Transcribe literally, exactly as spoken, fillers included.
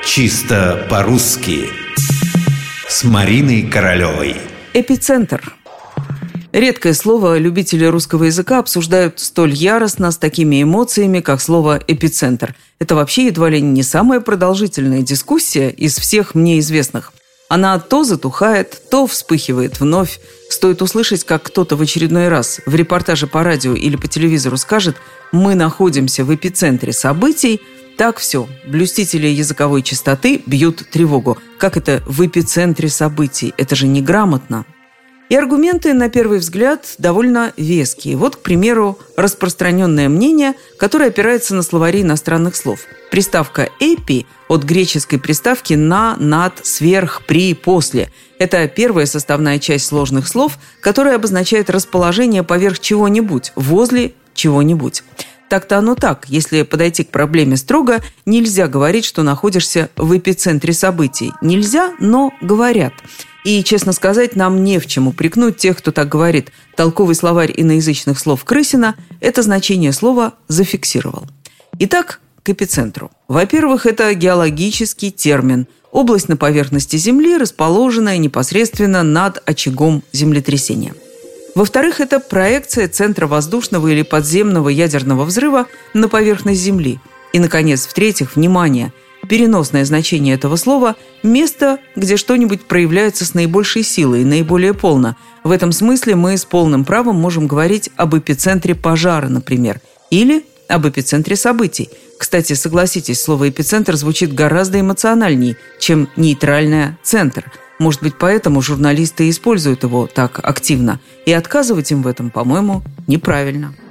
Чисто по-русски с Мариной Королевой. Эпицентр. Редкое слово любители русского языка обсуждают столь яростно, с такими эмоциями, как слово «эпицентр». Это вообще едва ли не самая продолжительная дискуссия из всех мне известных. Она то затухает, то вспыхивает вновь. Стоит услышать, как кто-то в очередной раз в репортаже по радио или по телевизору скажет «мы находимся в эпицентре событий», так все, блюстители языковой чистоты бьют тревогу. Как это в эпицентре событий? Это же неграмотно. И аргументы, на первый взгляд, довольно веские. Вот, к примеру, распространенное мнение, которое опирается на словари иностранных слов. Приставка «эпи» от греческой приставки «на», «над», «сверх», «при», «после». Это первая составная часть сложных слов, которая обозначает расположение поверх чего-нибудь, возле чего-нибудь. Так-то оно так. Если подойти к проблеме строго, нельзя говорить, что находишься в эпицентре событий. Нельзя, но говорят. И, честно сказать, нам не в чем упрекнуть тех, кто так говорит. Толковый словарь иноязычных слов Крысина это значение слова зафиксировал. Итак, к эпицентру. Во-первых, это геологический термин. Область на поверхности Земли, расположенная непосредственно над очагом землетрясения. Во-вторых, это проекция центра воздушного или подземного ядерного взрыва на поверхность Земли. И, наконец, в-третьих, внимание, переносное значение этого слова – место, где что-нибудь проявляется с наибольшей силой и наиболее полно. В этом смысле мы с полным правом можем говорить об эпицентре пожара, например, или об эпицентре событий. Кстати, согласитесь, слово «эпицентр» звучит гораздо эмоциональней, чем нейтральное «центр». Может быть, поэтому журналисты используют его так активно. И отказывать им в этом, по-моему, неправильно.